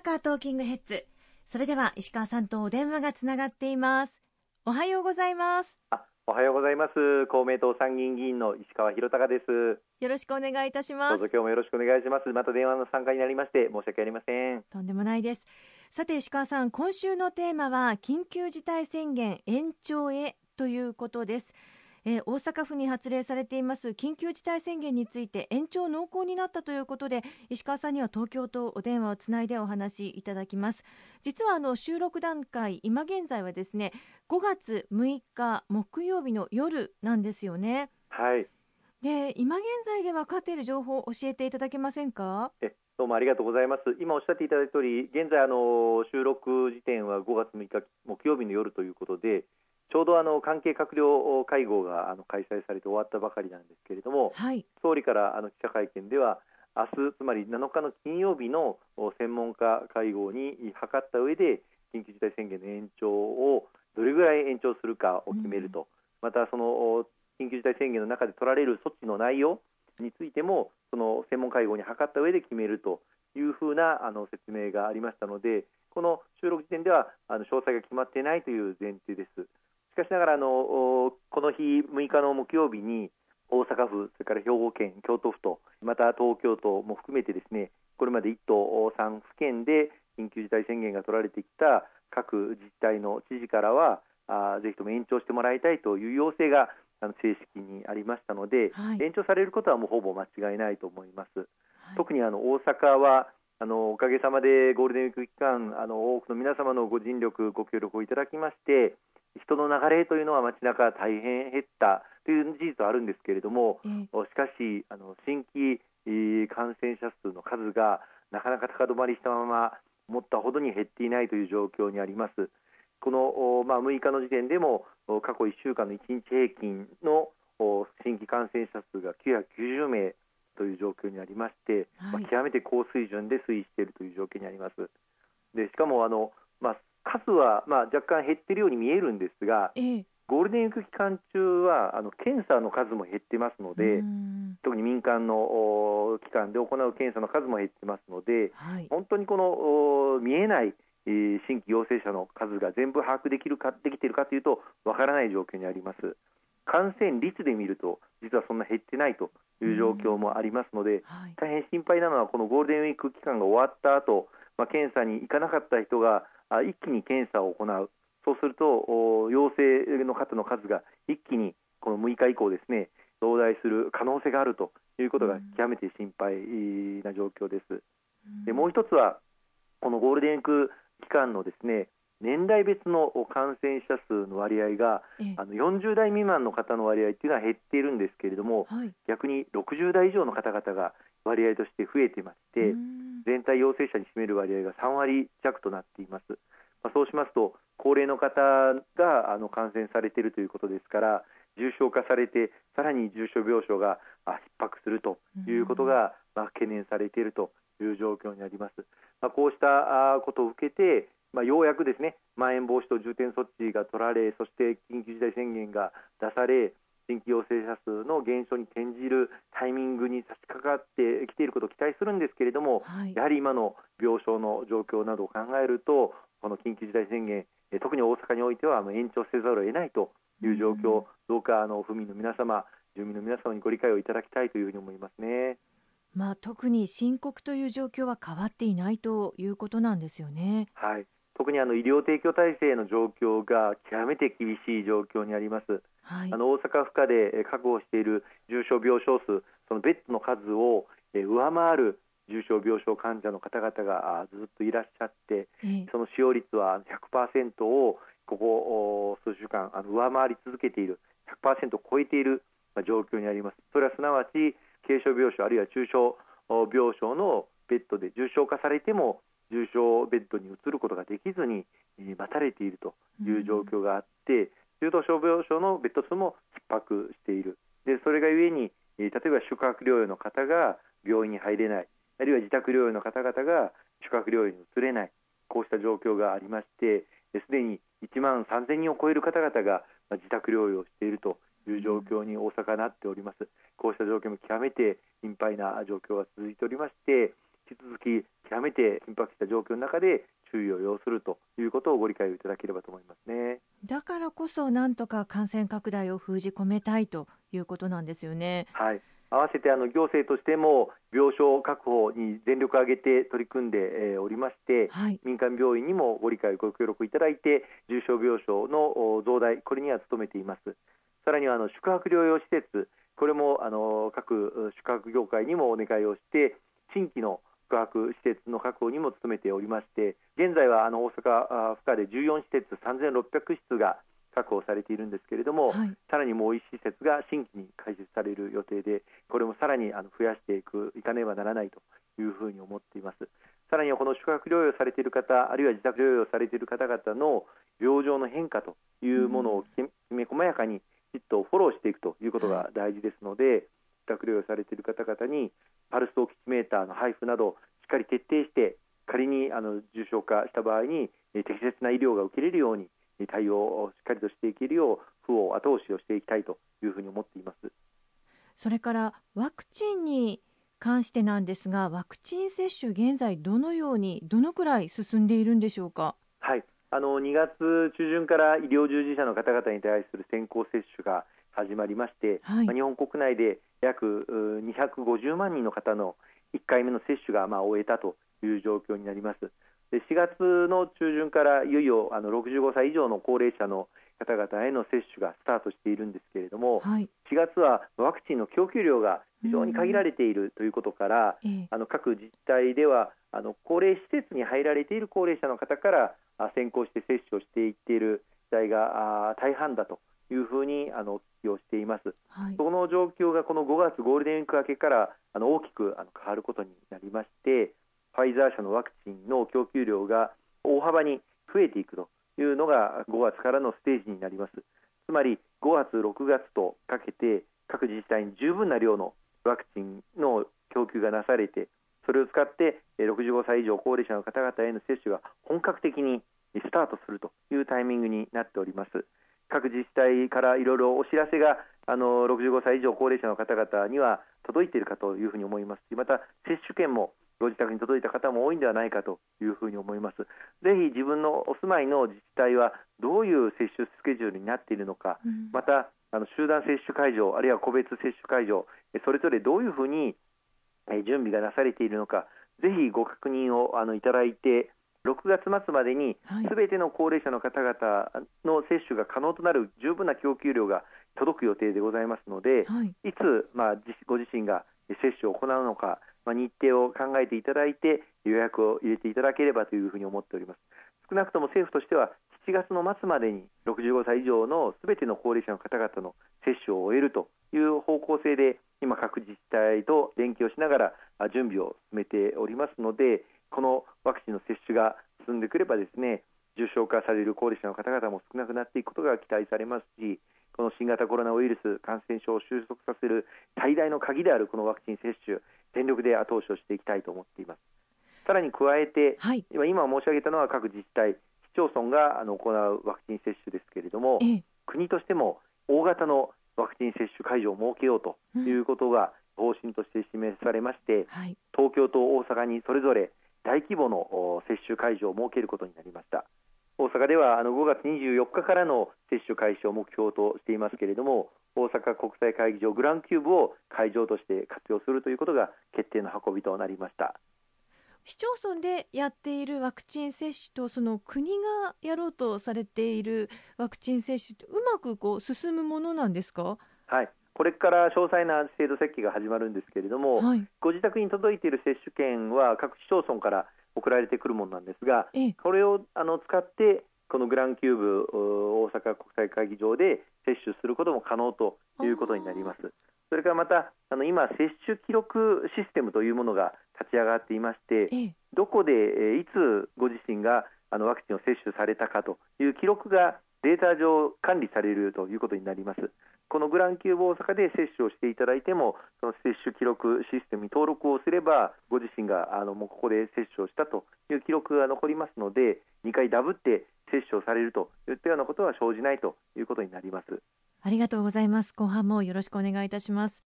阪トーキングヘッズ。それでは石川さんとお電話がつながっています。おはようございます。 おはようございます。公明党参議院議員の石川博隆です。 よろしくお願いいたします。 どうぞ今日もよろしくお願いします。また電話の参加になりまして申し訳ありません。 とんでもないです。さて石川さん、今週のテーマは緊急事態宣言延長へということです。大阪府に発令されています緊急事態宣言について延長濃厚になったということで、石川さんには東京とお電話をつないでお話しいただきます。実は収録段階、今現在はですね、5月6日木曜日の夜なんですよね。 はい。 で、今現在で分かっている情報を教えていただけませんか？ どうもありがとうございます。今おっしゃっていただいた通り、現在収録時点は5月6日木曜日の夜ということで、ちょうど関係閣僚会合が開催されて終わったばかりなんですけれども、 はい、 総理から記者会見では明日、つまり7日の金曜日の専門家会合に諮った上で緊急事態宣言の延長をどれぐらい延長するかを決めると、またその緊急事態宣言の中で取られる措置の内容についてもその専門会合に諮った上で決めるというふうな説明がありましたので、この収録時点では詳細が決まっていないという前提です。しかしながらこの日6日の木曜日に大阪府、それから兵庫県、京都府とまた東京都も含めてですね、これまで1都3府県で緊急事態宣言が取られてきた各自治体の知事からはぜひとも延長してもらいたいという要請が正式にありましたので、 はい、 延長されることはもうほぼ間違いないと思います。 はい、 特に大阪はおかげさまでゴールデンウィーク期間多くの皆様のご尽力ご協力をいただきまして人の流れというのは街中大変減ったという事実はあるんですけれども、しかし新規感染者数の数がなかなか高止まりしたまま思ったほどに減っていないという状況にあります。この6日の時点でも過去1週間の1日平均の新規感染者数が990名という状況にありまして、 はい、 極めて高水準で推移しているという状況にあります。でしかも数は若干減っているように見えるんですが、ゴールデンウィーク期間中は検査の数も減ってますので、特に民間の機関で行う検査の数も減ってますので、 はい、 本当にこの見えない新規陽性者の数が全部把握できているかというとわからない状況にあります。感染率で見ると実はそんな減ってないという状況もありますので、 はい、 大変心配なのはこのゴールデンウィーク期間が終わった後、検査に行かなかった人が一気に検査を行う。そうすると陽性の方の数が一気にこの6日以降ですね増大する可能性があるということが極めて心配な状況です。でもう一つはこのゴールデンウィーク期間のですね年代別の感染者数の割合が40代未満の方の割合というのは減っているんですけれども、 はい、 逆に60代以上の方々が割合として増えていまして、全体陽性者に占める割合が3割弱となっています。そうしますと高齢の方が感染されているということですから、重症化されてさらに重症病床が逼迫するということが懸念されているという状況にあります。こうしたことを受けてようやくですねまん延防止等重点措置が取られ、そして緊急事態宣言が出され、新規陽性者数の減少に転じるタイミングに差し掛かってきていることを期待するんですけれども、 はい、 やはり今の病床の状況などを考えるとこの緊急事態宣言特に大阪においては延長せざるを得ないという状況、どうか府民の皆様、住民の皆様にご理解をいただきたいというふうに思いますね。 特に深刻という状況は変わっていないということなんですよね。 はい、特に医療提供体制の状況が極めて厳しい状況にあります。 はい、 大阪府下で確保している重症病床数、そのベッドの数を上回る重症病床患者の方々がずっといらっしゃって、その使用率は 100% をここ数週間上回り続けている、 100% を超えている状況にあります。それはすなわち軽症病床あるいは中症病床のベッドで重症化されても重症ベッドに移ることができずに待たれているという状況があって、中等症病床のベッド数も逼迫している。でそれがゆえに例えば宿泊療養の方が病院に入れない、あるいは自宅療養の方々が宿泊療養に移れない、こうした状況がありまして、すでに1万3000人を超える方々が自宅療養しているという状況に大阪はなっております。こうした状況も極めて心配な状況が続いておりまして、 引き続き極めて緊迫した状況の中で注意を要するということをご理解いただければと思いますね。 だからこそなんとか感染拡大を封じ込めたいということなんですよね。 はい、合わせて行政としても病床確保に全力を挙げて取り組んでおりまして、 はい、 民間病院にもご理解ご協力いただいて重症病床の増大、これには努めています。さらには宿泊療養施設、これも各宿泊業界にもお願いをして新規の宿泊施設の確保にも努めておりまして、現在は大阪府下で14施設3600室が確保されているんですけれども、 はい、 さらにもう1施設が新規に開設される予定で、これもさらに増やしていかねばならないというふうに思っています。さらにはこの宿泊療養されている方、あるいは自宅療養されている方々の病状の変化というものをきめ細やかにきちっとフォローしていくということが大事ですので、自宅療養されている方々にパルスオキシメーターの配布などしっかり徹底して、仮に重症化した場合に適切な医療が受けれるように対応をしっかりとしていけるよう府を後押しをしていきたいというふうに思っています。 それからワクチンに関してなんですが、ワクチン接種現在どのくらい進んでいるんでしょうか。 はい、2月中旬から医療従事者の方々に対する先行接種が始まりまして、 はい、 日本国内で約250万人の方の1回目の接種が終えたという状況になります。で、4月の中旬からいよいよ65歳以上の高齢者の方々への接種がスタートしているんですけれども、 はい、 4月はワクチンの供給量が非常に限られているということから、各自治体では高齢施設に入られている高齢者の方から先行して接種をしていっている自治体が大半だというふうにお聞きをしています。 はい、 その状況がこの5月ゴールデンウィーク明けから大きく変わることになりまして、ファイザー社のワクチンの供給量が大幅に増えていくというのが5月からのステージになります。つまり5月6月とかけて各自治体に十分な量のワクチンの供給がなされて、それを使って65歳以上高齢者の方々への接種が本格的にスタートするというタイミングになっております。各自治体からいろいろお知らせが65歳以上高齢者の方々には届いているかというふうに思いますし、また接種券もご自宅に届いた方も多いんではないかというふうに思います。ぜひ自分のお住まいの自治体はどういう接種スケジュールになっているのか、また集団接種会場あるいは個別接種会場、それぞれどういうふうに準備がなされているのか、ぜひご確認をいただいて、6月末までにすべての高齢者の方々の接種が可能となる十分な供給量が届く予定でございますので、 はい、 いつ、ご自身が接種を行うのか、日程を考えていただいて予約を入れていただければというふうに思っております。少なくとも政府としては7月の末までに65歳以上のすべての高齢者の方々の接種を終えるという方向性で今各自治体と連携をしながら準備を進めておりますので、このワクチンの接種が進んでくればですね、重症化される高齢者の方々も少なくなっていくことが期待されますし、この新型コロナウイルス感染症を収束させる最大の鍵であるこのワクチン接種、全力で後押しをしていきたいと思っています。さらに加えて、 はい、 今申し上げたのは各自治体、市町村が行うワクチン接種ですけれども、国としても大型のワクチン接種会場を設けようということが方針として示されまして、 はい、 東京と大阪にそれぞれ大規模の接種会場を設けることになりました。大阪では5月24日からの接種開始を目標としていますけれども、大阪国際会議場グランキューブを会場として活用するということが決定の運びとなりました。 市町村でやっているワクチン接種とその国がやろうとされているワクチン接種ってうまく進むものなんですか。 はい、これから詳細な制度設計が始まるんですけれども、 はい、 ご自宅に届いている接種券は各市町村から送られてくるものなんですが、これを使ってこのグランキューブ大阪国際会議場で接種することも可能ということになります。それからまた今接種記録システムというものが立ち上がっていまして、どこでいつご自身がワクチンを接種されたかという記録がデータ上管理されるということになります。このグランキューブ大阪で接種をしていただいても、その接種記録システムに登録をすればご自身がもうここで接種をしたという記録が残りますので、2回ダブって接種をされるといったようなことは生じないということになります。 ありがとうございます。後半もよろしくお願いいたします。